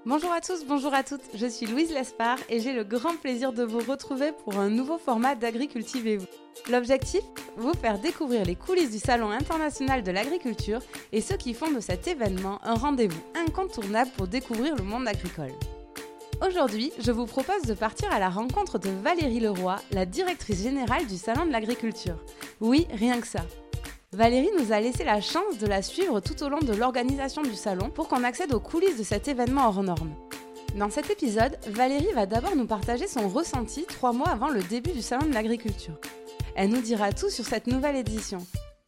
Bonjour à tous, bonjour à toutes, je suis Louise Lespard et j'ai le grand plaisir de vous retrouver pour un nouveau format d'Agricultivez-vous. L'objectif, vous faire découvrir les coulisses du Salon international de l'agriculture et ceux qui font de cet événement un rendez-vous incontournable pour découvrir le monde agricole. Aujourd'hui, je vous propose de partir à la rencontre de Valérie Leroy, la directrice générale du Salon de l'agriculture. Oui, rien que ça. Valérie nous a laissé la chance de la suivre tout au long de l'organisation du salon pour qu'on accède aux coulisses de cet événement hors norme. Dans cet épisode, Valérie va d'abord nous partager son ressenti 3 mois avant le début du Salon de l'agriculture. Elle nous dira tout sur cette nouvelle édition.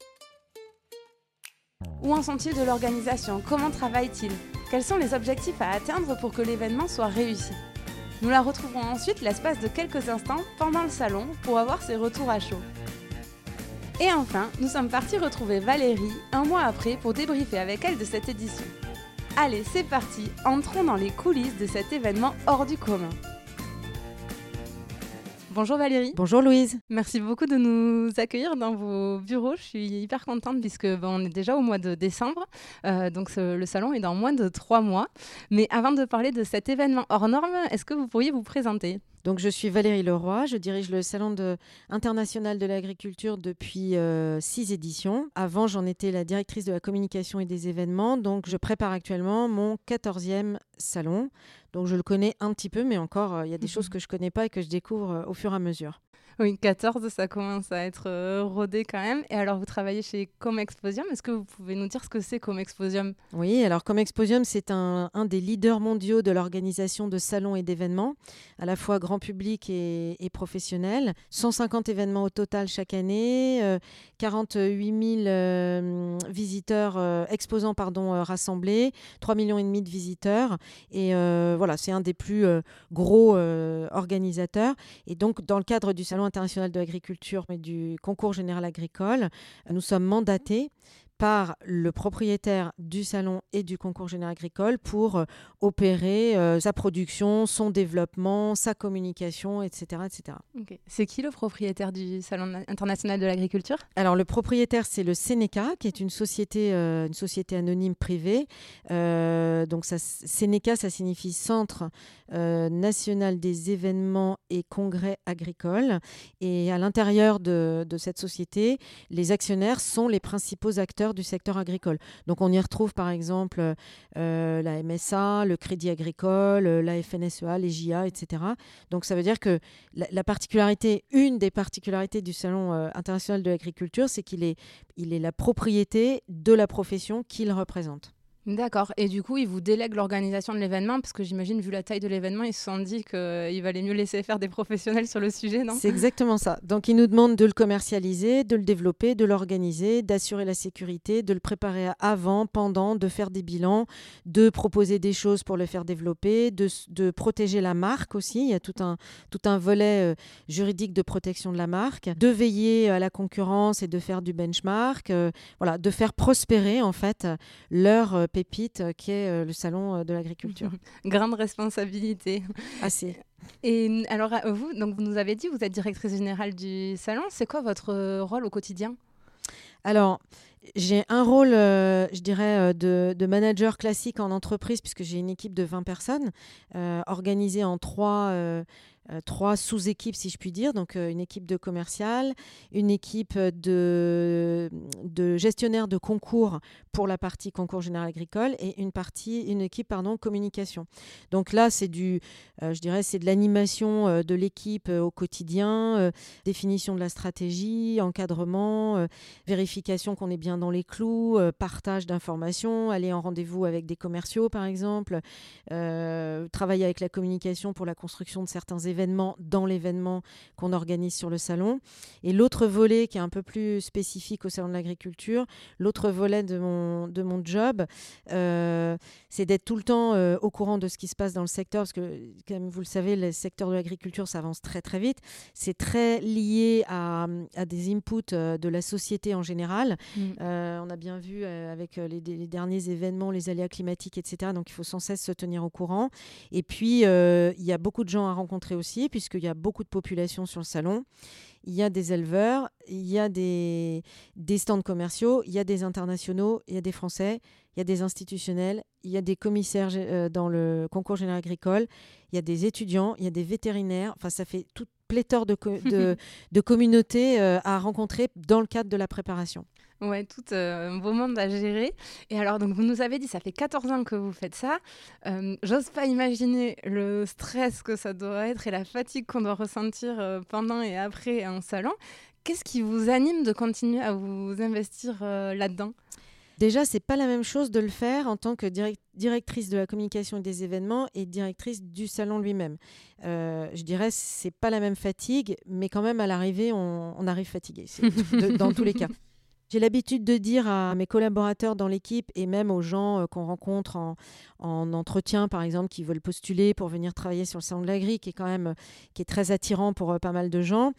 Où en sont-ils de l'organisation? Comment travaillent-ils? Quels sont les objectifs à atteindre pour que l'événement soit réussi? Nous la retrouverons ensuite l'espace de quelques instants pendant le salon pour avoir ses retours à chaud. Et enfin, nous sommes partis retrouver Valérie un mois après pour débriefer avec elle de cette édition. Allez, c'est parti, entrons dans les coulisses de cet événement hors du commun. Bonjour Valérie. Bonjour Louise. Merci beaucoup de nous accueillir dans vos bureaux. Je suis hyper contente puisque on est déjà au mois de décembre, donc le salon est dans moins de 3 mois. Mais avant de parler de cet événement hors norme, est-ce que vous pourriez vous présenter ? Donc, je suis Valérie Leroy, je dirige le Salon international de l'agriculture depuis 6 éditions. Avant, j'en étais la directrice de la communication et des événements, donc je prépare actuellement mon 14e salon. Donc, je le connais un petit peu, mais encore, il y a des choses que je ne connais pas et que je découvre au fur et à mesure. Oui, 14, ça commence à être rodé quand même. Et alors, vous travaillez chez Comexposium. Est-ce que vous pouvez nous dire ce que c'est Comexposium ? Oui, alors Comexposium, c'est un des leaders mondiaux de l'organisation de salons et d'événements, à la fois grand public et professionnel. 150 événements au total chaque année, 48 000 exposants rassemblés, 3,5 millions de visiteurs. Et voilà, c'est un des plus gros organisateurs. Et donc, dans le cadre du Salon international de l'agriculture et du concours général agricole, nous sommes mandatés par le propriétaire du salon et du concours général agricole pour opérer sa production, son développement, sa communication, etc. etc. Okay. C'est qui le propriétaire du Salon international de l'agriculture ? Alors le propriétaire, c'est le Seneca, qui est une société anonyme privée. Donc Seneca, ça signifie Centre national des événements et congrès agricoles. Et à l'intérieur de cette société, les actionnaires sont les principaux acteurs du secteur agricole. Donc on y retrouve par exemple la MSA, le Crédit Agricole, la FNSEA, les JA, etc. Donc ça veut dire que une des particularités du Salon international de l'agriculture, c'est qu'il est la propriété de la profession qu'il représente. D'accord. Et du coup, ils vous délèguent l'organisation de l'événement parce que j'imagine, vu la taille de l'événement, ils se sont dit qu'il valait mieux laisser faire des professionnels sur le sujet, non ? C'est exactement ça. Donc, ils nous demandent de le commercialiser, de le développer, de l'organiser, d'assurer la sécurité, de le préparer avant, pendant, de faire des bilans, de proposer des choses pour le faire développer, de protéger la marque aussi. Il y a tout un volet juridique de protection de la marque, de veiller à la concurrence et de faire du benchmark, de faire prospérer en fait leur pépite qui est le salon de l'agriculture. Grande responsabilité. Assez. Et alors vous nous avez dit, vous êtes directrice générale du salon. C'est quoi votre rôle au quotidien ? Alors, j'ai un rôle, je dirais, de manager classique en entreprise puisque j'ai une équipe de 20 personnes organisée en 3 sous-équipes, si je puis dire. Donc, une équipe de commercial, une équipe de gestionnaires de concours pour la partie concours général agricole et une équipe communication. Donc là, c'est c'est de l'animation de l'équipe au quotidien, définition de la stratégie, encadrement, vérification qu'on est bien dans les clous, partage d'informations, aller en rendez-vous avec des commerciaux, par exemple, travailler avec la communication pour la construction de certains événements dans l'événement qu'on organise sur le salon. Et l'autre volet qui est un peu plus spécifique au salon de l'agriculture, l'autre volet de mon job, c'est d'être tout le temps au courant de ce qui se passe dans le secteur, parce que, comme vous le savez, le secteur de l'agriculture, ça avance très très vite. C'est très lié à des inputs de la société en général. On a bien vu avec les derniers événements, les aléas climatiques, etc. Donc, il faut sans cesse se tenir au courant. Et puis, il y a beaucoup de gens à rencontrer aussi, puisqu'il y a beaucoup de population sur le salon. il y a des éleveurs, il y a des stands commerciaux, il y a des internationaux, il y a des Français, il y a des institutionnels, il y a des commissaires dans le concours général agricole, il y a des étudiants, il y a des vétérinaires. Enfin, ça fait toute pléthore de communautés à rencontrer dans le cadre de la préparation. Ouais, tout un beau monde à gérer. Et alors, donc, vous nous avez dit, ça fait 14 ans que vous faites ça. J'ose pas imaginer le stress que ça doit être et la fatigue qu'on doit ressentir pendant et après un salon. Qu'est-ce qui vous anime de continuer à vous investir là-dedans ? Déjà, c'est pas la même chose de le faire en tant que directrice de la communication et des événements et directrice du salon lui-même. Je dirais c'est pas la même fatigue, mais quand même à l'arrivée, on arrive fatigué, dans tous les cas. J'ai l'habitude de dire à mes collaborateurs dans l'équipe et même aux gens qu'on rencontre en entretien, par exemple, qui veulent postuler pour venir travailler sur le salon de l'agri, qui est très attirant pour pas mal de gens,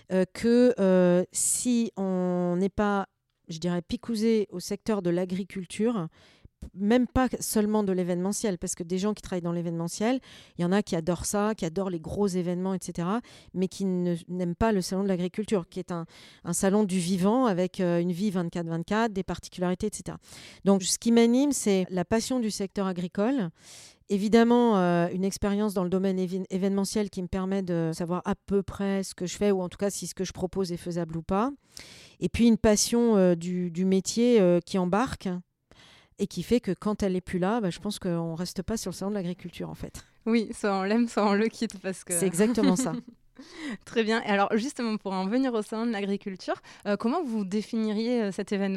que si on n'est pas, je dirais, picousé au secteur de l'agriculture, même pas seulement de l'événementiel, parce que des gens qui travaillent dans l'événementiel, il y en a qui adorent ça, qui adorent les gros événements, etc., mais qui n'aiment pas le salon de l'agriculture, qui est un salon du vivant avec une vie 24/24, des particularités, etc. Donc, ce qui m'anime, c'est la passion du secteur agricole. Évidemment, une expérience dans le domaine événementiel qui me permet de savoir à peu près ce que je fais, ou en tout cas si ce que je propose est faisable ou pas. Et puis une passion du métier qui embarque et qui fait que quand elle n'est plus là, je pense qu'on ne reste pas sur le salon de l'agriculture en fait. Oui, soit on l'aime, soit on le quitte. Parce que... C'est exactement ça. Très bien. Et alors justement, pour en venir au salon de l'agriculture, comment vous définiriez cet événement ?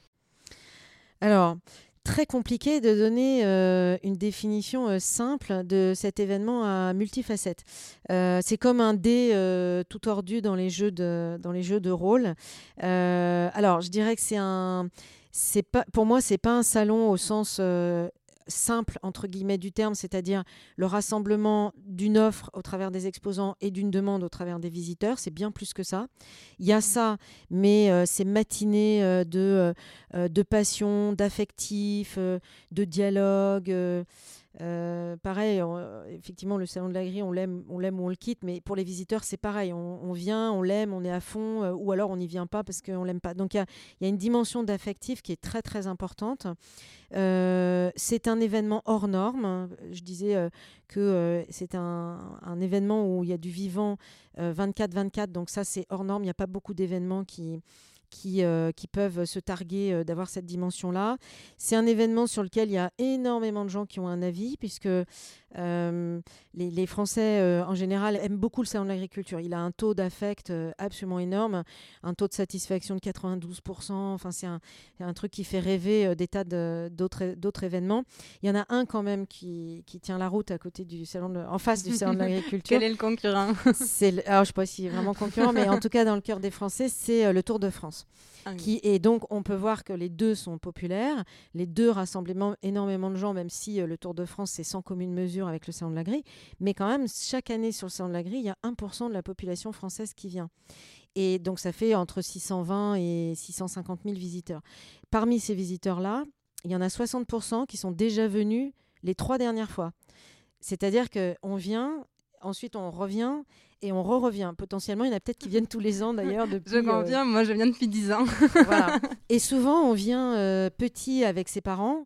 Alors, très compliqué de donner une définition simple de cet événement à multifacettes. C'est comme un dé tout tordu dans les jeux de rôle. Alors, je dirais que pour moi, c'est pas un salon au sens simple entre guillemets du terme, c'est-à-dire le rassemblement d'une offre au travers des exposants et d'une demande au travers des visiteurs. C'est bien plus que ça. Il y a ça, mais c'est matiné de passion, d'affectif, de dialogue. Pareil, effectivement, le salon de l'agri, on l'aime ou on le quitte, mais pour les visiteurs, c'est pareil. On vient, on l'aime, on est à fond, ou alors on n'y vient pas parce qu'on l'aime pas. Donc il y a une dimension d'affectif qui est très très importante. C'est un événement hors norme. Je disais que c'est un événement où il y a du vivant 24/24, donc ça c'est hors norme. Il n'y a pas beaucoup d'événements qui peuvent se targuer d'avoir cette dimension-là. C'est un événement sur lequel il y a énormément de gens qui ont un avis, puisque les Français, en général, aiment beaucoup le salon de l'agriculture. Il a un taux d'affect absolument énorme, un taux de satisfaction de 92%. Enfin, c'est un truc qui fait rêver des tas d'autres événements. Il y en a un quand même qui tient la route à côté en face du salon de l'agriculture. Quel est le concurrent ? Alors, je ne sais pas s'il est vraiment concurrent, mais en tout cas, dans le cœur des Français, c'est le Tour de France. Et donc, on peut voir que les deux sont populaires. Les deux rassemblent énormément de gens, même si le Tour de France, c'est sans commune mesure avec le salon de l'agri. Mais quand même, chaque année sur le salon de l'agri, il y a 1% de la population française qui vient. Et donc, ça fait entre 620 et 650 000 visiteurs. Parmi ces visiteurs-là, il y en a 60% qui sont déjà venus les 3 dernières fois. C'est-à-dire qu'on vient, ensuite on revient et on revient. Potentiellement, il y en a peut-être qui viennent tous les ans d'ailleurs. Je conviens, moi je viens depuis 10 ans. Voilà. Et souvent, on vient petit avec ses parents.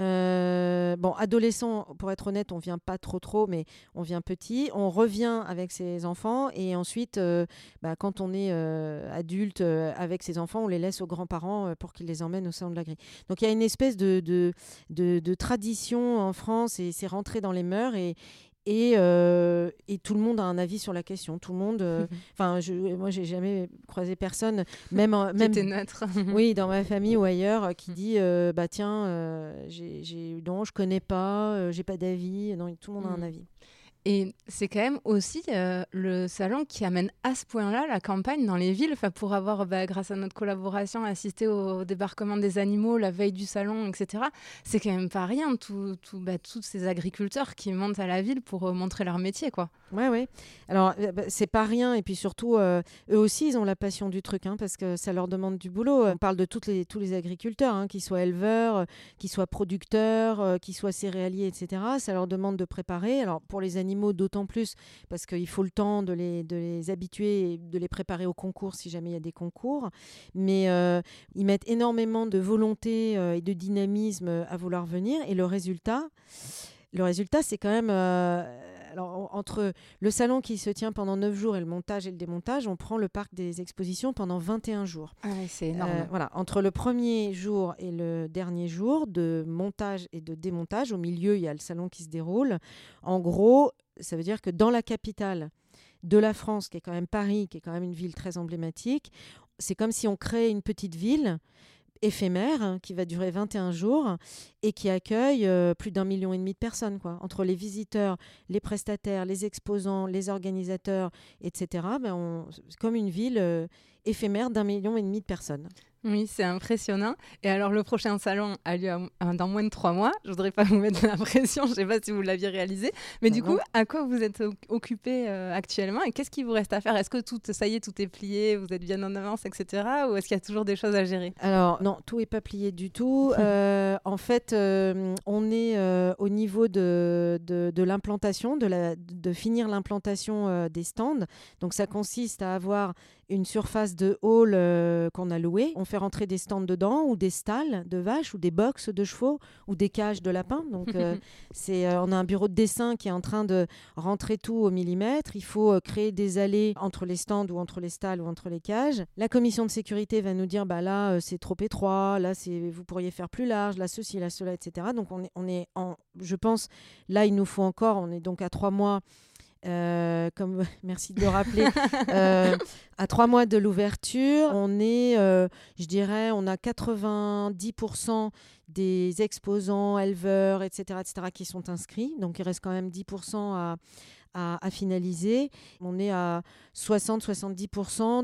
Adolescent, pour être honnête, on vient pas trop, mais on vient petit. On revient avec ses enfants et ensuite, quand on est adulte avec ses enfants, on les laisse aux grands-parents pour qu'ils les emmènent au salon de l'agri. Donc il y a une espèce de tradition en France et c'est rentré dans les mœurs et tout le monde a un avis sur la question. Tout le monde. Moi, j'ai jamais croisé personne, même était neutre. Oui, dans ma famille ou ailleurs, qui dit non, je connais pas, j'ai pas d'avis. Non, tout le monde a un avis. Et c'est quand même aussi le salon qui amène à ce point-là la campagne dans les villes, pour avoir, grâce à notre collaboration, assisté au débarquement des animaux, la veille du salon, etc. C'est quand même pas rien, tous ces agriculteurs qui montent à la ville pour montrer leur métier, quoi. Ouais. Alors, c'est pas rien. Et puis surtout, eux aussi, ils ont la passion du truc, parce que ça leur demande du boulot. On parle de tous les agriculteurs, qu'ils soient éleveurs, qu'ils soient producteurs, qu'ils soient céréaliers, etc. Ça leur demande de préparer. Alors, pour les animaux, animaux d'autant plus, parce qu'il faut le temps de les habituer et de les préparer au concours si jamais il y a des concours. Mais ils mettent énormément de volonté et de dynamisme à vouloir venir. Et le résultat, c'est quand même... alors, entre le salon qui se tient pendant 9 jours et le montage et le démontage, on prend le parc des expositions pendant 21 jours. Ah oui, c'est énorme. Voilà, entre le premier jour et le dernier jour de montage et de démontage, au milieu, il y a le salon qui se déroule. En gros, ça veut dire que dans la capitale de la France, qui est quand même Paris, qui est quand même une ville très emblématique, c'est comme si on créait une petite ville éphémère qui va durer 21 jours et qui accueille plus d'1,5 million de personnes, quoi. Entre les visiteurs, les prestataires, les exposants, les organisateurs, etc. C'est comme une ville éphémère d'1,5 million de personnes. Oui, c'est impressionnant. Et alors, le prochain salon a lieu dans moins de 3 mois. Je ne voudrais pas vous mettre la pression, je ne sais pas si vous l'aviez réalisé. Mais du coup, à quoi vous êtes occupé actuellement et qu'est-ce qu'il vous reste à faire? Est-ce que ça y est, tout est plié, vous êtes bien en avance, etc. Ou est-ce qu'il y a toujours des choses à gérer? Alors, non, tout n'est pas plié du tout. En fait, on est au niveau de l'implantation, de finir l'implantation des stands. Donc, ça consiste à avoir une surface de hall qu'on a louée. On fait rentrer des stands dedans ou des stalles de vaches ou des boxes de chevaux ou des cages de lapins. Donc, on a un bureau de dessin qui est en train de rentrer tout au millimètre. Il faut créer des allées entre les stands ou entre les stalles ou entre les cages. La commission de sécurité va nous dire là, c'est trop étroit, là, vous pourriez faire plus large, là, ceci, là, cela, etc. Donc, je pense, là, il nous faut encore, on est donc à 3 mois. Merci de le rappeler, à 3 mois de l'ouverture, on est, je dirais, on a 90% des exposants, éleveurs, etc., qui sont inscrits. Donc, il reste quand même 10% à finaliser. On est à 60-70%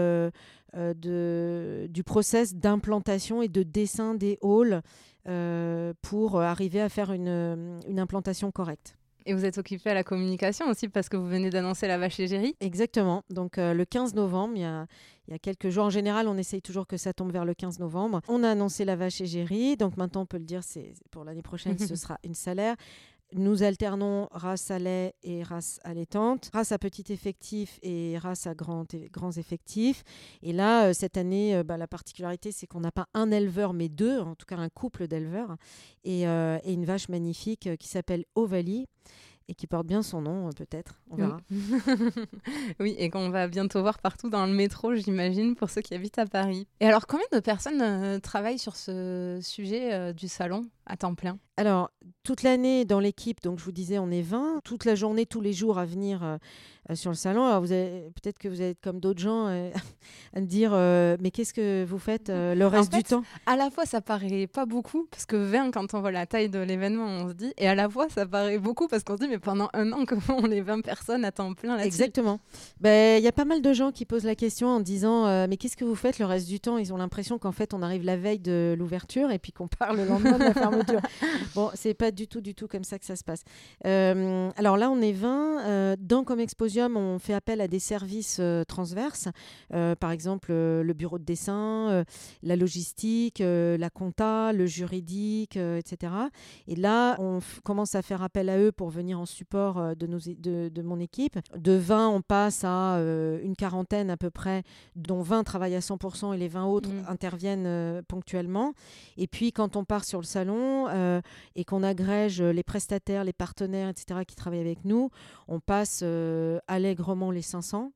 du process d'implantation et de dessin des halls pour arriver à faire une implantation correcte. Et vous êtes occupé à la communication aussi parce que vous venez d'annoncer la vache égérie. Exactement. Donc le 15 novembre, il y a quelques jours. En général, on essaye toujours que ça tombe vers le 15 novembre. On a annoncé la vache égérie. Donc maintenant, on peut le dire, c'est pour l'année prochaine, ce sera une salaire. Nous alternons race à lait et race allaitante, race à petit effectif et race à grands effectifs. Et là, cette année, la particularité, c'est qu'on n'a pas un éleveur, mais 2, en tout cas un couple d'éleveurs, et une vache magnifique qui s'appelle Ovalie et qui porte bien son nom, peut-être, on verra. Oui, et qu'on va bientôt voir partout dans le métro, j'imagine, pour ceux qui habitent à Paris. Et alors, combien de personnes travaillent sur ce sujet du salon à temps plein? Alors, toute l'année dans l'équipe, donc je vous disais, on est 20. Toute la journée, tous les jours à venir sur le salon. Alors, peut-être que vous êtes comme d'autres gens à me dire mais qu'est-ce que vous faites le reste du temps? À la fois, ça paraît pas beaucoup, parce que 20, quand on voit la taille de l'événement, on se dit... Et à la fois, ça paraît beaucoup, parce qu'on se dit, mais pendant un an, comment on est 20 personnes à temps plein là-dessus? Exactement. Il y a pas mal de gens qui posent la question en disant mais qu'est-ce que vous faites le reste du temps? Ils ont l'impression qu'en fait, on arrive la veille de l'ouverture et puis qu'on part le lendemain de la fermeture. Bon, c'est pas du tout comme ça que ça se passe. Alors là, on est 20. Dans Comexposium, on fait appel à des services transverses. Par exemple, le bureau de dessin, la logistique, la compta, le juridique, etc. Et là, on commence à faire appel à eux pour venir en support de mon équipe. De 20, on passe à une quarantaine à peu près, dont 20 travaillent à 100% et les 20 autres interviennent ponctuellement. Et puis, quand on part sur le salon et qu'on agrège les prestataires, les partenaires, etc., qui travaillent avec nous, on passe allègrement les 500.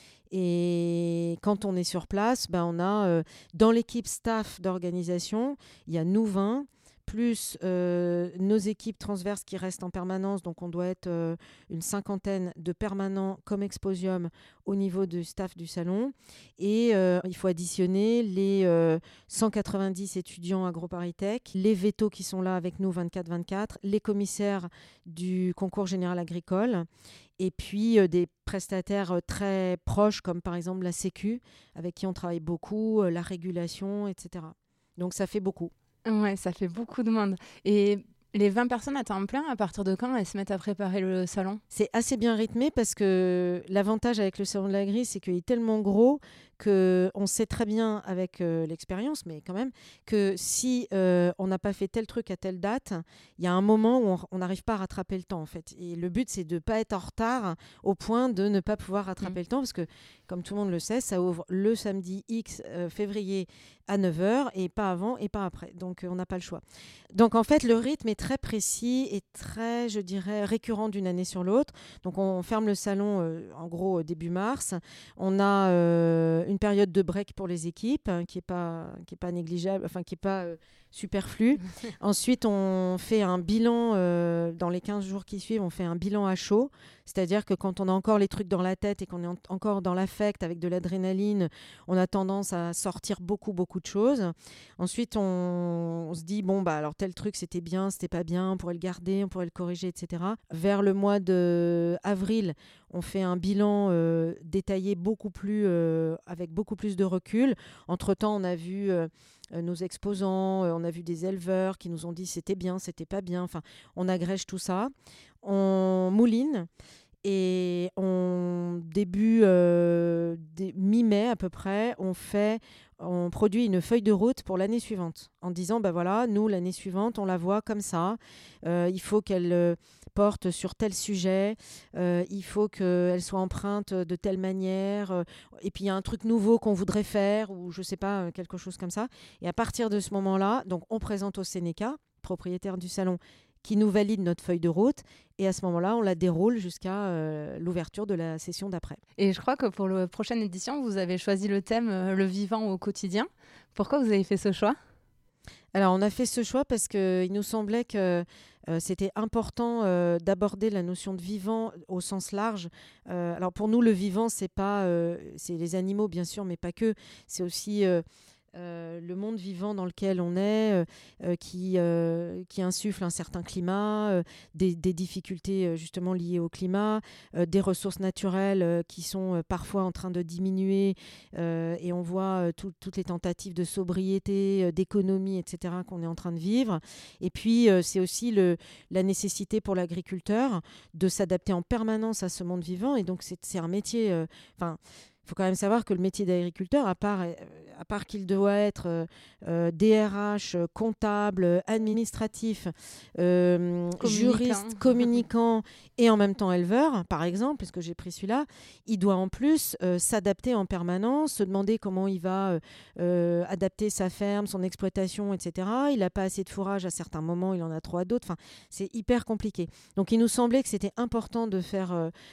Et quand on est sur place, on a dans l'équipe staff d'organisation, il y a nous 20, plus nos équipes transverses qui restent en permanence. Donc, on doit être une 50aine de permanents comme Exposium au niveau du staff du salon. Et il faut additionner les 190 étudiants AgroParisTech, les vétos qui sont là avec nous 24-24, les commissaires du concours général agricole, et puis des prestataires très proches comme par exemple la Sécu, avec qui on travaille beaucoup, la régulation, etc. Donc, ça fait beaucoup. Ouais, ça fait beaucoup de monde. Et Les 20 personnes à temps plein, à partir de quand elles se mettent à préparer le salon? C'est assez bien rythmé parce que l'avantage avec le salon de l'Agri, c'est qu'il est tellement gros qu'on sait très bien avec l'expérience, mais quand même, que si on n'a pas fait tel truc à telle date, il y a un moment où on n'arrive pas à rattraper le temps en fait. Et le but, c'est de ne pas être en retard au point de ne pas pouvoir rattraper le temps parce que, comme tout le monde le sait, ça ouvre le samedi X février à 9 heures et pas avant et pas après. Donc, on n'a pas le choix. Donc, en fait, le rythme est très précis et très, je dirais, récurrent d'une année sur l'autre. Donc, on ferme le salon en gros début mars. On a une période de break pour les équipes qui est pas négligeable, enfin qui est pas superflue. Ensuite, on fait un bilan dans les 15 jours qui suivent, on fait un bilan à chaud, c'est-à-dire que quand on a encore les trucs dans la tête et qu'on est encore dans l'affect avec de l'adrénaline, on a tendance à sortir beaucoup de choses. Ensuite, on se dit bon bah alors tel truc c'était bien, c'était pas bien, on pourrait le garder, on pourrait le corriger, etc. Vers le mois de avril, on fait un bilan détaillé avec beaucoup plus de recul. Entre-temps, on a vu nos exposants, on a vu des éleveurs qui nous ont dit c'était bien, c'était pas bien. Enfin, on agrège tout ça, on mouline et mi-mai à peu près, on produit une feuille de route pour l'année suivante en disant bah voilà, nous l'année suivante on la voit comme ça, il faut qu'elle porte sur tel sujet, il faut qu'elle soit empreinte de telle manière, et puis il y a un truc nouveau qu'on voudrait faire ou je sais pas, quelque chose comme ça. Et à partir de ce moment-là, donc on présente au Sénéca, propriétaire du salon, qui nous valide notre feuille de route. Et à ce moment-là, on la déroule jusqu'à l'ouverture de la session d'après. Et je crois que pour la prochaine édition, vous avez choisi le thème le vivant au quotidien. Pourquoi vous avez fait ce choix ? Alors, on a fait ce choix parce qu'il nous semblait que c'était important d'aborder la notion de vivant au sens large. Alors, pour nous, le vivant, c'est les animaux, bien sûr, mais pas que. C'est aussi le monde vivant dans lequel on est, qui insuffle un certain climat, des difficultés justement liées au climat, des ressources naturelles qui sont parfois en train de diminuer, et on voit toutes les tentatives de sobriété, d'économie, etc. qu'on est en train de vivre. Et puis c'est aussi la nécessité pour l'agriculteur de s'adapter en permanence à ce monde vivant. Et donc c'est un métier... Il faut quand même savoir que le métier d'agriculteur, à part qu'il doit être DRH, comptable, administratif, juriste, communicant et en même temps éleveur, par exemple, parce que j'ai pris celui-là, il doit en plus s'adapter en permanence, se demander comment il va adapter sa ferme, son exploitation, etc. Il n'a pas assez de fourrage à certains moments, il en a trop à d'autres. Enfin, c'est hyper compliqué. Donc, il nous semblait que c'était important de faire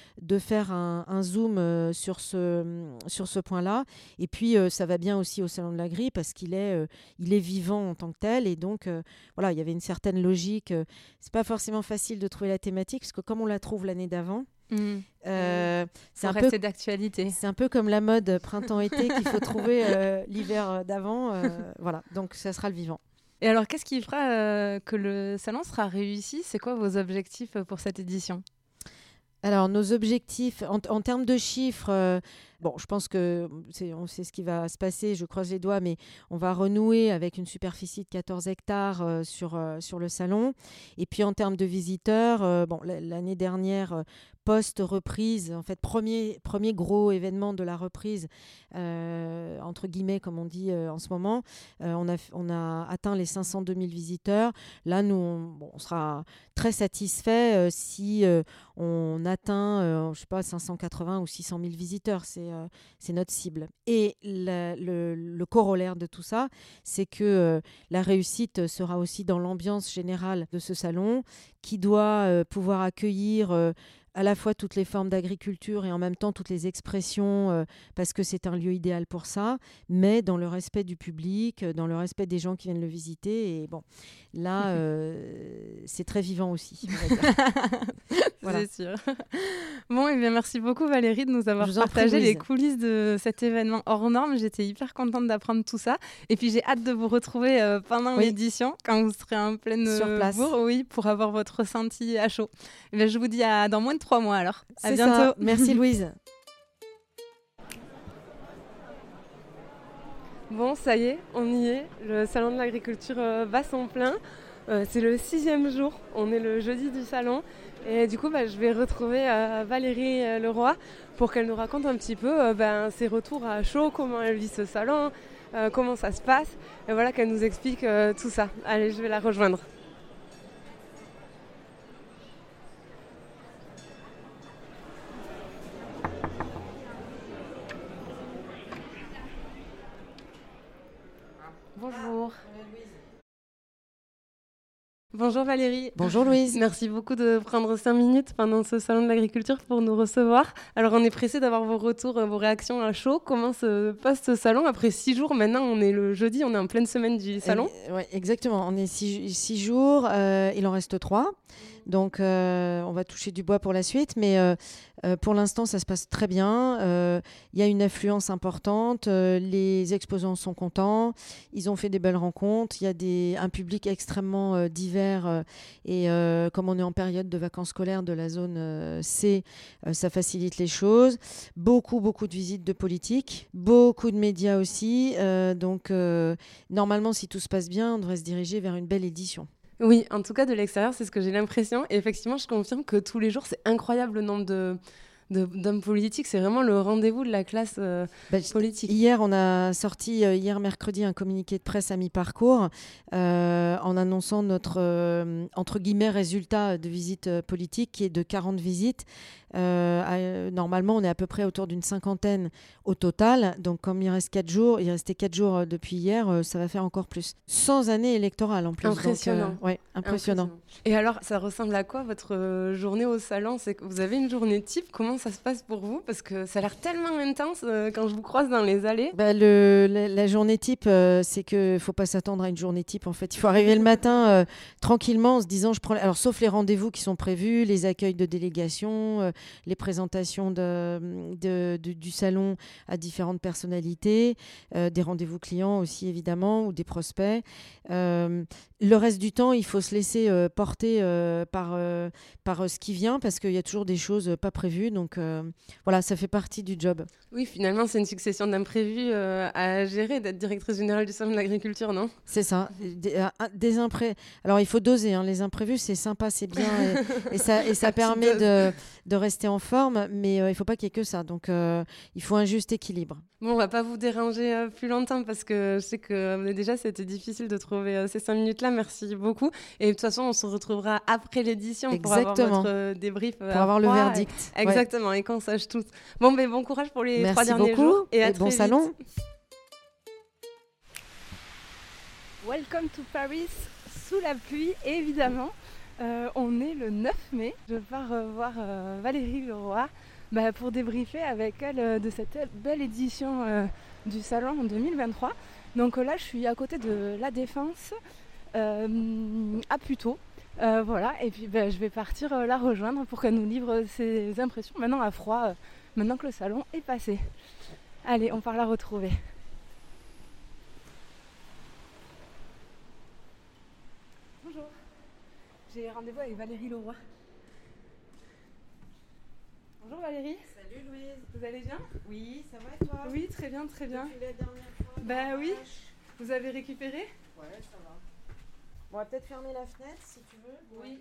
un zoom sur ce point-là. Et puis, ça va bien aussi au Salon de l'Agri parce qu'il est vivant en tant que tel. Et donc, voilà, il y avait une certaine logique. C'est pas forcément facile de trouver la thématique parce que comme on la trouve l'année d'avant, c'est un peu d'actualité. C'est un peu comme la mode printemps-été qu'il faut trouver l'hiver d'avant. Voilà, donc ça sera le vivant. Et alors, qu'est-ce qui fera que le salon sera réussi ? C'est quoi vos objectifs pour cette édition ? Alors, nos objectifs, en termes de chiffres, je pense que on sait ce qui va se passer, je croise les doigts, mais on va renouer avec une superficie de 14 hectares sur le salon. Et puis, en termes de visiteurs, l'année dernière, post-reprise, en fait, premier gros événement de la reprise, entre guillemets, comme on dit en ce moment, on a atteint les 502 000 visiteurs. Là, nous, on sera très satisfait si on atteint, 580 ou 600 000 visiteurs. C'est notre cible. Et le corollaire de tout ça, c'est que la réussite sera aussi dans l'ambiance générale de ce salon qui doit pouvoir accueillir à la fois toutes les formes d'agriculture et en même temps toutes les expressions parce que c'est un lieu idéal pour ça, mais dans le respect du public, dans le respect des gens qui viennent le visiter. Et bon, là, c'est très vivant aussi. Voilà. C'est sûr. Bon, et bien merci beaucoup Valérie de nous avoir partagé les coulisses de cet événement hors norme. J'étais hyper contente d'apprendre tout ça. Et puis j'ai hâte de vous retrouver pendant l'édition, quand vous serez en pleine bourre, pour avoir votre ressenti à chaud. Et bien, je vous dis dans moins de 3 mois alors. À bientôt. Ça. Merci Louise. Bon, ça y est, on y est. Le salon de l'agriculture bat son plein. C'est le 6e jour, on est le jeudi du salon. Et du coup, je vais retrouver Valérie Leroy pour qu'elle nous raconte un petit peu ses retours à chaud, comment elle vit ce salon, comment ça se passe. Et voilà, qu'elle nous explique tout ça. Allez, je vais la rejoindre. Bonjour. Bonjour Valérie. Bonjour Louise. Merci beaucoup de prendre 5 minutes pendant ce salon de l'agriculture pour nous recevoir. Alors on est pressé d'avoir vos retours, vos réactions à chaud. Comment se passe ce salon après 6 jours? Maintenant on est le jeudi, on est en pleine semaine du salon. Oui, exactement. On est 6 jours, il en reste 3. Donc on va toucher du bois pour la suite, mais pour l'instant ça se passe très bien. Il y a une affluence importante, les exposants sont contents, ils ont fait des belles rencontres, il y a un public extrêmement divers et comme on est en période de vacances scolaires de la zone C, ça facilite les choses. Beaucoup de visites de politiques, beaucoup de médias aussi. Donc normalement si tout se passe bien, on devrait se diriger vers une belle édition. Oui, en tout cas de l'extérieur, c'est ce que j'ai l'impression. Et effectivement, je confirme que tous les jours, c'est incroyable le nombre d'hommes politiques. C'est vraiment le rendez-vous de la classe politique. Hier, on a sorti, hier mercredi, un communiqué de presse à mi-parcours en annonçant notre, entre guillemets, résultat de visite politique qui est de 40 visites. Normalement, on est à peu près autour d'une 50aine au total. Donc, comme il reste 4 jours, il restait 4 jours depuis hier, ça va faire encore plus. Sans année électorale en plus. Impressionnant. Donc, ouais, impressionnant. Et alors, ça ressemble à quoi votre journée au salon? C'est que vous avez une journée type. Comment ça se passe pour vous? Parce que ça a l'air tellement intense quand je vous croise dans les allées. La journée type, c'est qu'il ne faut pas s'attendre à une journée type. En fait, il faut arriver le matin tranquillement en se disant, alors sauf les rendez-vous qui sont prévus, les accueils de délégation, les présentations du salon à différentes personnalités, des rendez-vous clients aussi évidemment, ou des prospects. Le reste du temps, il faut se laisser porter par ce qui vient, parce qu'il y a toujours des choses pas prévues. Donc voilà, ça fait partie du job. Oui, finalement, c'est une succession d'imprévus à gérer, d'être directrice générale du salon de l'agriculture, non? C'est ça. Des imprévus. Alors, il faut doser. Hein. Les imprévus, c'est sympa, c'est bien. et ça permet de rester en forme, mais il ne faut pas qu'il y ait que ça. Donc, il faut un juste équilibre. Bon, on ne va pas vous déranger plus longtemps parce que je sais que déjà, c'était difficile de trouver ces 5 minutes-là. Merci beaucoup. Et de toute façon, on se retrouvera après l'édition pour avoir votre débrief. Pour avoir le verdict. Exactement, et qu'on sache tous. Bon courage pour les 3 derniers jours. Et à très bon vite. Salon. Welcome to Paris, sous la pluie, évidemment. On est le 9 mai. Je pars voir Valérie Leroy pour débriefer avec elle de cette belle édition du salon en 2023. Donc là, je suis à côté de La Défense, à Puteaux. Voilà, et puis je vais partir la rejoindre pour qu'elle nous livre ses impressions maintenant à froid, maintenant que le salon est passé. Allez, on part la retrouver. Bonjour, j'ai rendez-vous avec Valérie Leroy. Bonjour Valérie. Salut Louise. Vous allez bien? Oui, ça va et toi? Oui, très bien, très bien. Depuis la dernière fois. Oui, vous avez récupéré? Ouais, ça va. On va peut-être fermer la fenêtre si tu veux. Oui.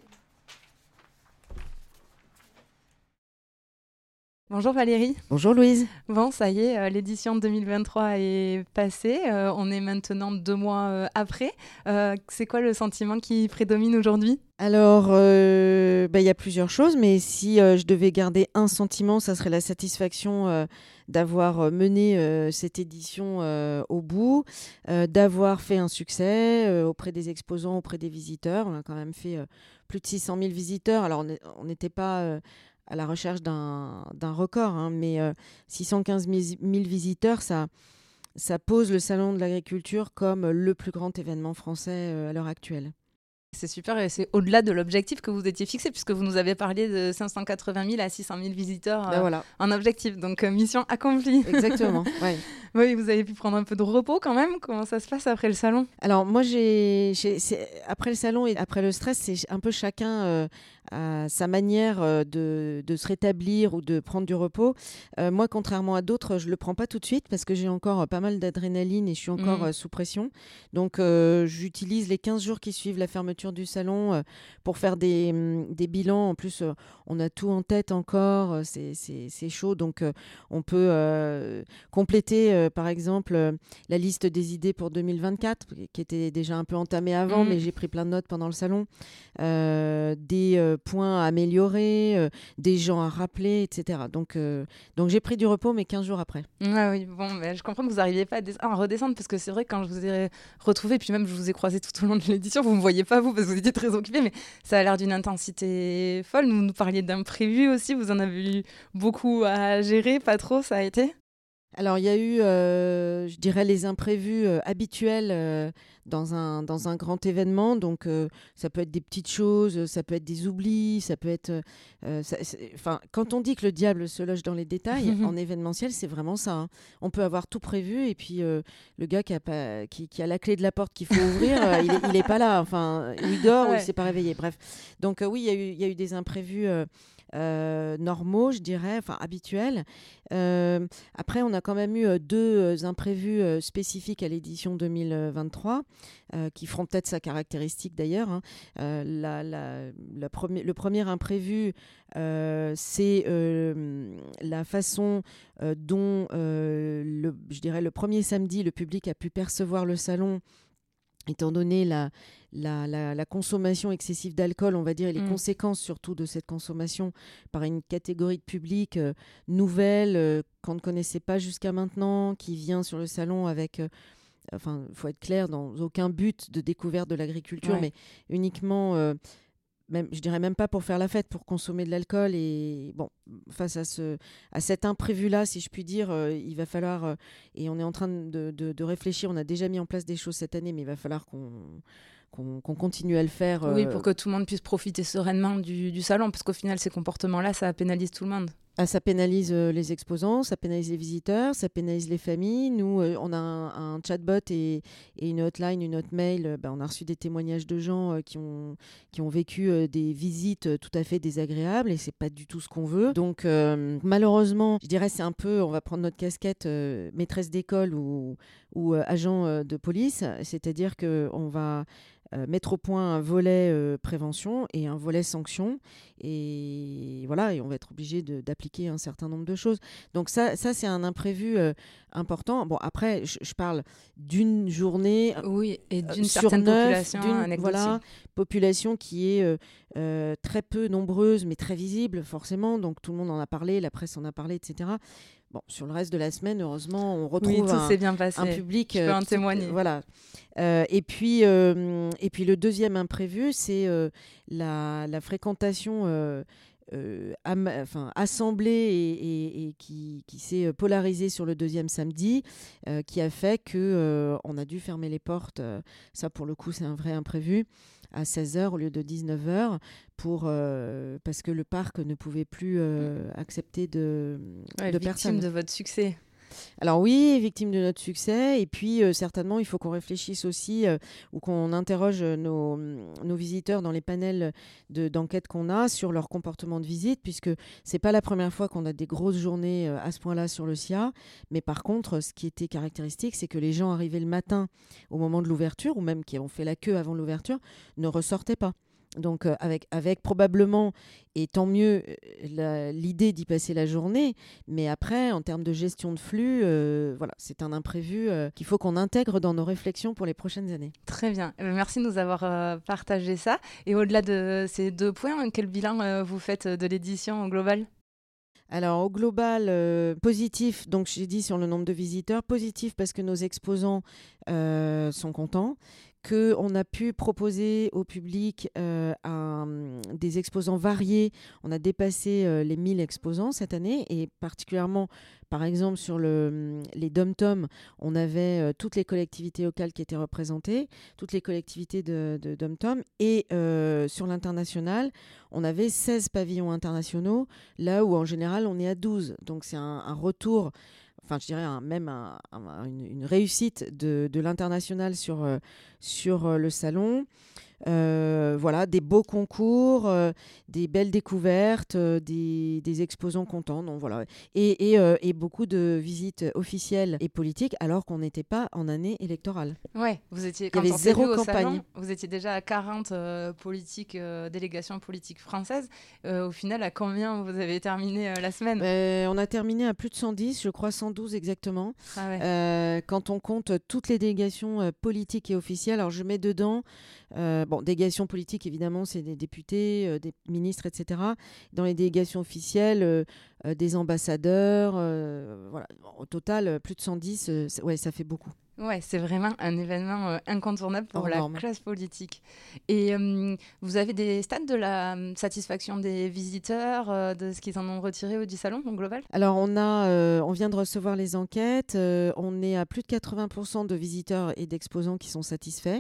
Bonjour Valérie. Bonjour Louise. Bon, ça y est, l'édition 2023 est passée. On est maintenant 2 mois après. C'est quoi le sentiment qui prédomine aujourd'hui? Alors, y a plusieurs choses, mais si je devais garder un sentiment, ça serait la satisfaction d'avoir mené cette édition au bout, d'avoir fait un succès auprès des exposants, auprès des visiteurs. On a quand même fait plus de 600 000 visiteurs. Alors, on n'était pas à la recherche d'un record, hein, mais 615 000 visiteurs, ça pose le Salon de l'agriculture comme le plus grand événement français à l'heure actuelle. C'est super et c'est au-delà de l'objectif que vous étiez fixé puisque vous nous avez parlé de 580 000 à 600 000 visiteurs en objectif. Donc mission accomplie. Exactement. Ouais. Oui, vous avez pu prendre un peu de repos quand même. Comment ça se passe après le salon? Alors moi, après le salon et après le stress, c'est un peu chacun à sa manière de se rétablir ou de prendre du repos. Moi, contrairement à d'autres, je ne le prends pas tout de suite parce que j'ai encore pas mal d'adrénaline et je suis encore sous pression. Donc j'utilise les 15 jours qui suivent la fermeture du salon pour faire des bilans. En plus, on a tout en tête encore, c'est chaud. Donc on peut compléter, par exemple, la liste des idées pour 2024, qui était déjà un peu entamée avant, mais j'ai pris plein de notes pendant le salon. Des points à améliorer, des gens à rappeler, etc. Donc j'ai pris du repos, mais 15 jours après. Ah oui, bon, mais je comprends que vous n'arriviez pas à redescendre, parce que c'est vrai que quand je vous ai retrouvé, puis même je vous ai croisé tout au long de l'édition, vous ne me voyez pas vous, parce que vous étiez très occupés, mais ça a l'air d'une intensité folle. Vous nous parliez d'imprévus aussi, vous en avez eu beaucoup à gérer, pas trop, ça a été? Alors, il y a eu, je dirais, les imprévus habituels dans un grand événement. Donc, ça peut être des petites choses, ça peut être des oublis, ça peut être... quand on dit que le diable se loge dans les détails, en événementiel, c'est vraiment ça. Hein. On peut avoir tout prévu et puis le gars qui a la clé de la porte qu'il faut ouvrir, il n'est pas là. Enfin, il dort ou il ne s'est pas réveillé. Bref. Donc, oui, il y a eu des imprévus... normaux, je dirais, enfin habituels. Après, on a quand même eu deux imprévus spécifiques à l'édition 2023 qui feront peut-être sa caractéristique d'ailleurs. Hein. Le premier imprévu, c'est la façon dont, je dirais, le premier samedi, le public a pu percevoir le salon, étant donné la consommation excessive d'alcool, on va dire, et les conséquences surtout de cette consommation par une catégorie de public nouvelle qu'on ne connaissait pas jusqu'à maintenant, qui vient sur le salon avec... il faut être clair, dans aucun but de découverte de l'agriculture, mais uniquement... je dirais même pas pour faire la fête, pour consommer de l'alcool. Et bon, face à cet imprévu-là, si je puis dire, il va falloir, et on est en train de réfléchir, on a déjà mis en place des choses cette année, mais il va falloir qu'on continue à le faire. Oui, pour que tout le monde puisse profiter sereinement du salon, parce qu'au final, ces comportements-là, ça pénalise tout le monde. Ça pénalise les exposants, ça pénalise les visiteurs, ça pénalise les familles. Nous, on a un chatbot et une hotline, une hotmail. On a reçu des témoignages de gens qui ont vécu des visites tout à fait désagréables et c'est pas du tout ce qu'on veut. Donc, malheureusement, je dirais c'est un peu, on va prendre notre casquette maîtresse d'école ou agent de police, c'est-à-dire qu'on va mettre au point un volet prévention et un volet sanction. Et voilà, et on va être obligé d'appliquer un certain nombre de choses. Donc ça c'est un imprévu important. Bon, après, je parle d'une journée et d'une certaine population anecdotique. Voilà, population qui est très peu nombreuse, mais très visible, forcément. Donc tout le monde en a parlé, la presse en a parlé, etc. Bon, sur le reste de la semaine, heureusement, on retrouve un public. Je peux en témoigner. Voilà. Et puis le deuxième imprévu, c'est la fréquentation assemblée et qui s'est polarisée sur le deuxième samedi, qui a fait qu'on a dû fermer les portes. Ça, pour le coup, c'est un vrai imprévu, à 16h au lieu de 19h, parce que le parc ne pouvait plus accepter de personnes. Victime de votre succès. Alors oui, victime de notre succès. Et puis, certainement, il faut qu'on réfléchisse aussi ou qu'on interroge nos visiteurs dans les panels d'enquête qu'on a sur leur comportement de visite, puisque c'est pas la première fois qu'on a des grosses journées à ce point-là sur le SIA. Mais par contre, ce qui était caractéristique, c'est que les gens arrivés le matin au moment de l'ouverture, ou même qui ont fait la queue avant l'ouverture, ne ressortaient pas. Donc avec probablement, et tant mieux, l'idée d'y passer la journée, mais après, en termes de gestion de flux, voilà, c'est un imprévu qu'il faut qu'on intègre dans nos réflexions pour les prochaines années. Très bien, merci de nous avoir partagé ça. Et au-delà de ces 2 points, quel bilan vous faites de l'édition au global ? Alors au global, positif, donc j'ai dit sur le nombre de visiteurs, positif parce que nos exposants sont contents, qu'on a pu proposer au public des exposants variés. On a dépassé les 1000 exposants cette année et particulièrement, par exemple, sur les dom-toms, on avait toutes les collectivités locales qui étaient représentées, toutes les collectivités de dom-tom. Et sur l'international, on avait 16 pavillons internationaux, là où en général on est à 12. Donc c'est un retour enfin je dirais une réussite de l'international sur le salon. Voilà, des beaux concours, des belles découvertes, des exposants contents. Donc, voilà. Et beaucoup de visites officielles et politiques alors qu'on n'était pas en année électorale. Ouais, vous étiez, il y avait zéro campagne. Salon, vous étiez déjà à 40 délégations politiques françaises. Au final, à combien vous avez terminé la semaine ? On a terminé à plus de 110, je crois 112 exactement. Ah ouais. Quand on compte toutes les délégations politiques et officielles, alors je mets dedans, délégations politiques évidemment c'est des députés, des ministres, etc. Dans les délégations officielles, des ambassadeurs, voilà. Au total plus de 110, ça fait beaucoup. Ouais, c'est vraiment un événement incontournable pour la classe politique. Et vous avez des stats de la satisfaction des visiteurs, de ce qu'ils en ont retiré du salon, au global ? Alors, on vient de recevoir les enquêtes. On est à plus de 80% de visiteurs et d'exposants qui sont satisfaits.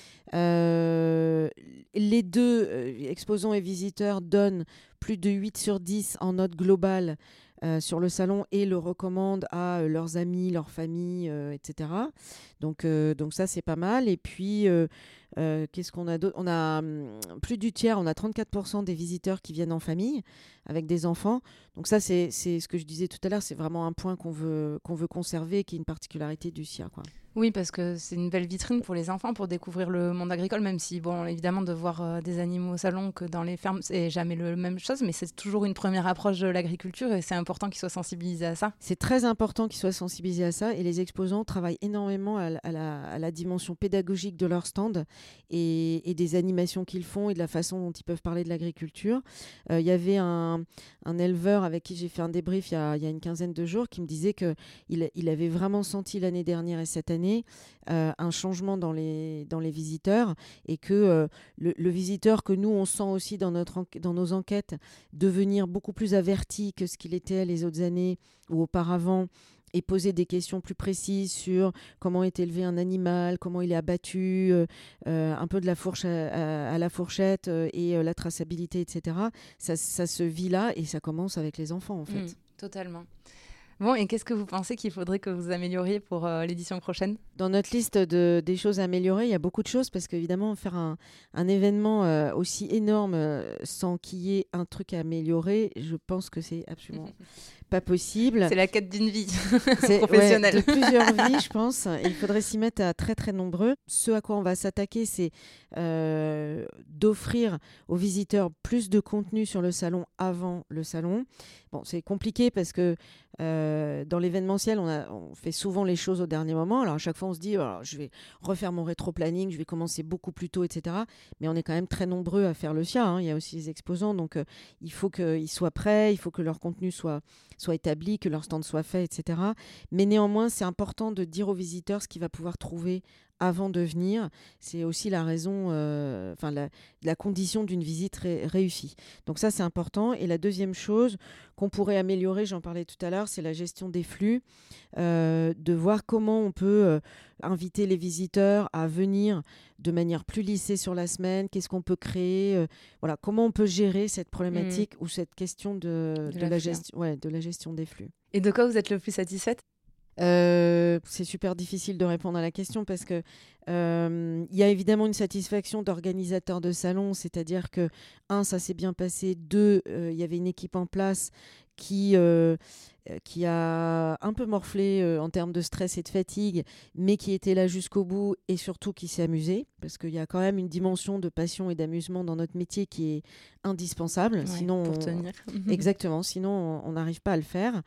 Les deux exposants et visiteurs donnent plus de 8 sur 10 en note globale sur le salon et le recommandent à leurs amis, leurs familles, etc. Donc ça, c'est pas mal. Et puis, qu'est-ce qu'on a d'autre ? On a plus du tiers, on a 34% des visiteurs qui viennent en famille avec des enfants. Donc ça, c'est ce que je disais tout à l'heure, c'est vraiment un point qu'on veut conserver, qui est une particularité du SIA, quoi. Oui, parce que c'est une belle vitrine pour les enfants, pour découvrir le monde agricole, même si, bon, évidemment, de voir des animaux au salon que dans les fermes, c'est jamais la même chose, mais c'est toujours une première approche de l'agriculture et c'est important qu'ils soient sensibilisés à ça. C'est très important qu'ils soient sensibilisés à ça et les exposants travaillent énormément à la dimension pédagogique de leur stand et des animations qu'ils font et de la façon dont ils peuvent parler de l'agriculture. Il y avait un éleveur avec qui j'ai fait un débrief il y a une quinzaine de jours qui me disait qu'il avait vraiment senti l'année dernière et cette année un changement dans les visiteurs et que le visiteur que nous on sent aussi dans nos enquêtes devenir beaucoup plus averti que ce qu'il était les autres années ou auparavant et poser des questions plus précises sur comment est élevé un animal, comment il est abattu, un peu de la fourche à la fourchette et la traçabilité, etc. Ça se vit là et ça commence avec les enfants en fait. Totalement. Bon, et qu'est-ce que vous pensez qu'il faudrait que vous amélioriez pour l'édition prochaine ? Dans notre liste des choses à améliorer, il y a beaucoup de choses parce qu'évidemment, faire un événement aussi énorme sans qu'il y ait un truc à améliorer, je pense que c'est absolument pas possible. C'est la quête d'une vie professionnelle. De plusieurs vies, je pense. Et il faudrait s'y mettre à très, très nombreux. Ce à quoi on va s'attaquer, c'est d'offrir aux visiteurs plus de contenu sur le salon avant le salon. Bon, c'est compliqué parce que dans l'événementiel, on fait souvent les choses au dernier moment. Alors, à chaque fois, on se dit, je vais refaire mon rétro-planning, je vais commencer beaucoup plus tôt, etc. Mais on est quand même très nombreux à faire le SIA. Hein. Il y a aussi les exposants. Donc, il faut qu'ils soient prêts, il faut que leur contenu soit établi, que leur stand soit fait, etc. Mais néanmoins, c'est important de dire aux visiteurs ce qu'ils vont pouvoir trouver avant de venir. C'est aussi la raison, la condition d'une visite réussie. Donc ça, c'est important. Et la deuxième chose qu'on pourrait améliorer, j'en parlais tout à l'heure, c'est la gestion des flux, de voir comment on peut inviter les visiteurs à venir de manière plus lissée sur la semaine, qu'est-ce qu'on peut créer, comment on peut gérer cette problématique ou cette question de la gestion des flux. Et de quoi vous êtes le plus satisfaite ? C'est super difficile de répondre à la question parce que y a évidemment une satisfaction d'organisateur de salon, c'est-à-dire que ça s'est bien passé, 2, il y avait une équipe en place qui a un peu morflé en termes de stress et de fatigue, mais qui était là jusqu'au bout et surtout qui s'est amusé, parce qu'il y a quand même une dimension de passion et d'amusement dans notre métier qui est indispensable. Ouais, sinon pour tenir. Exactement, sinon on n'arrive pas à le faire.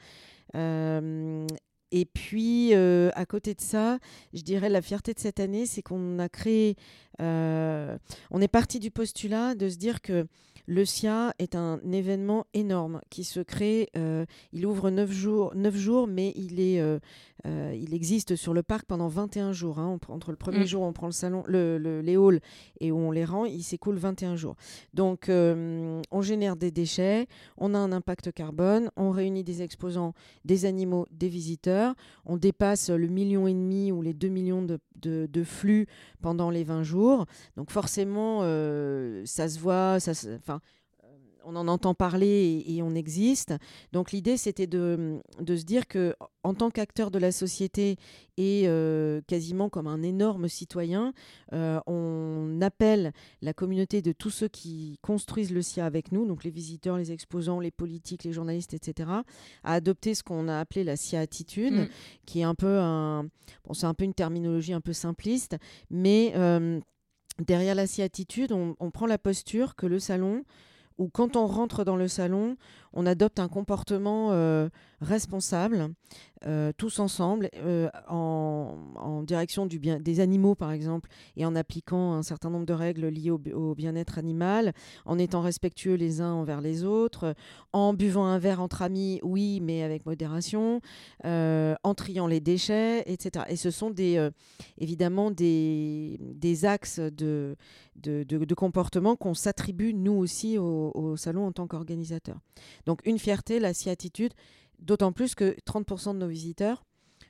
Et puis, à côté de ça, je dirais la fierté de cette année, c'est qu'on a créé... on est parti du postulat de se dire que le SIA est un événement énorme qui se crée. Il ouvre 9 jours, mais il existe sur le parc pendant 21 jours. Hein. Entre le premier jour où on prend le salon, les halls et où on les rend, il s'écoule 21 jours. Donc, on génère des déchets, on a un impact carbone, on réunit des exposants, des animaux, des visiteurs. On dépasse le 1,5 million ou les 2 millions de flux pendant les 20 jours. Donc forcément, ça se voit. on en entend parler et on existe. Donc l'idée, c'était de se dire qu'en tant qu'acteur de la société et quasiment comme un énorme citoyen, on appelle la communauté de tous ceux qui construisent le SIA avec nous, donc les visiteurs, les exposants, les politiques, les journalistes, etc., à adopter ce qu'on a appelé la SIA attitude, qui est un peu c'est un peu une terminologie un peu simpliste, mais derrière la SIA attitude, on prend la posture que le salon, ou quand on rentre dans le salon, on adopte un comportement responsable, tous ensemble, en direction des animaux, par exemple, et en appliquant un certain nombre de règles liées au bien-être animal, en étant respectueux les uns envers les autres, en buvant un verre entre amis, oui, mais avec modération, en triant les déchets, etc. Et ce sont évidemment des axes de comportement qu'on s'attribue, nous aussi, au salon en tant qu'organisateur. Donc une fierté, la SIA attitude, d'autant plus que 30% de nos visiteurs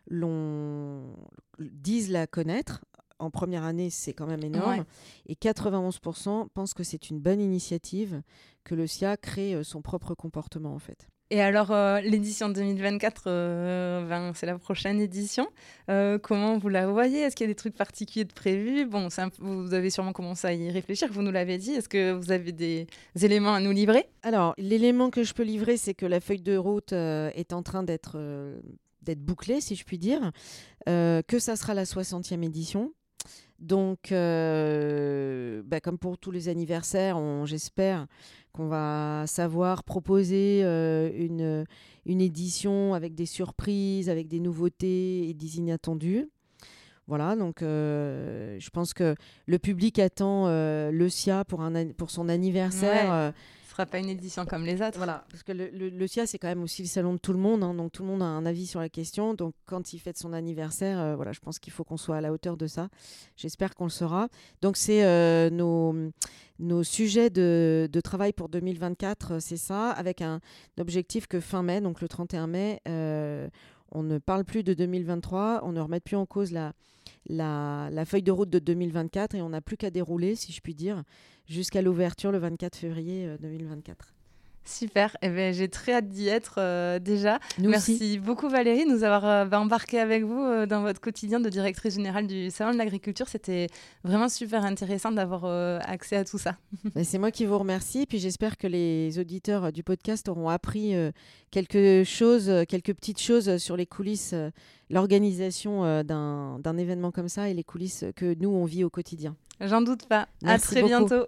disent la connaître. En première année, c'est quand même énorme. Ouais. Et 91% pensent que c'est une bonne initiative que le SIA crée son propre comportement, en fait. Et alors, l'édition 2024, c'est la prochaine édition. Comment vous la voyez ? Est-ce qu'il y a des trucs particuliers de prévus ? Bon, vous avez sûrement commencé à y réfléchir, vous nous l'avez dit. Est-ce que vous avez des éléments à nous livrer ? Alors, l'élément que je peux livrer, c'est que la feuille de route est en train d'être bouclée, si je puis dire, que ça sera la 60e édition. Donc, comme pour tous les anniversaires, j'espère qu'on va savoir proposer une édition avec des surprises, avec des nouveautés et des inattendus. Voilà, donc je pense que le public attend le SIA pour son anniversaire. Ouais. Ce ne sera pas une édition comme les autres. Voilà, parce que le SIA, c'est quand même aussi le salon de tout le monde, hein, donc tout le monde a un avis sur la question. Donc quand il fête son anniversaire, je pense qu'il faut qu'on soit à la hauteur de ça. J'espère qu'on le sera. Donc c'est nos sujets de travail pour 2024, c'est ça, avec un objectif que fin mai, donc le 31 mai, on ne parle plus de 2023, on ne remet plus en cause la feuille de route de 2024 et on n'a plus qu'à dérouler, si je puis dire, jusqu'à l'ouverture le 24 février 2024. Super, j'ai très hâte d'y être déjà. Nous Merci aussi. beaucoup Valérie de nous avoir embarqué avec vous dans votre quotidien de directrice générale du Salon de l'Agriculture. C'était vraiment super intéressant d'avoir accès à tout ça. C'est moi qui vous remercie et puis j'espère que les auditeurs du podcast auront appris quelques petites choses sur les coulisses, l'organisation d'un événement comme ça et les coulisses que nous on vit au quotidien. J'en doute pas. Merci à très beaucoup. Bientôt.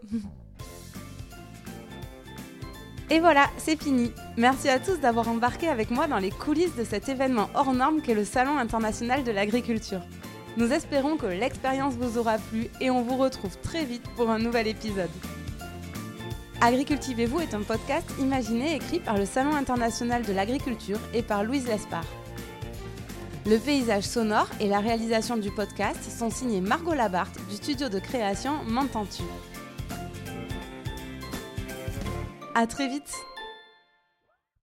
Et voilà, c'est fini. Merci à tous d'avoir embarqué avec moi dans les coulisses de cet événement hors norme qu'est le Salon international de l'agriculture. Nous espérons que l'expérience vous aura plu et on vous retrouve très vite pour un nouvel épisode. Agricultivez-vous est un podcast imaginé et écrit par le Salon international de l'agriculture et par Louise Lespard. Le paysage sonore et la réalisation du podcast sont signés Margot Labarthe du studio de création M'entends-tu ? À très vite.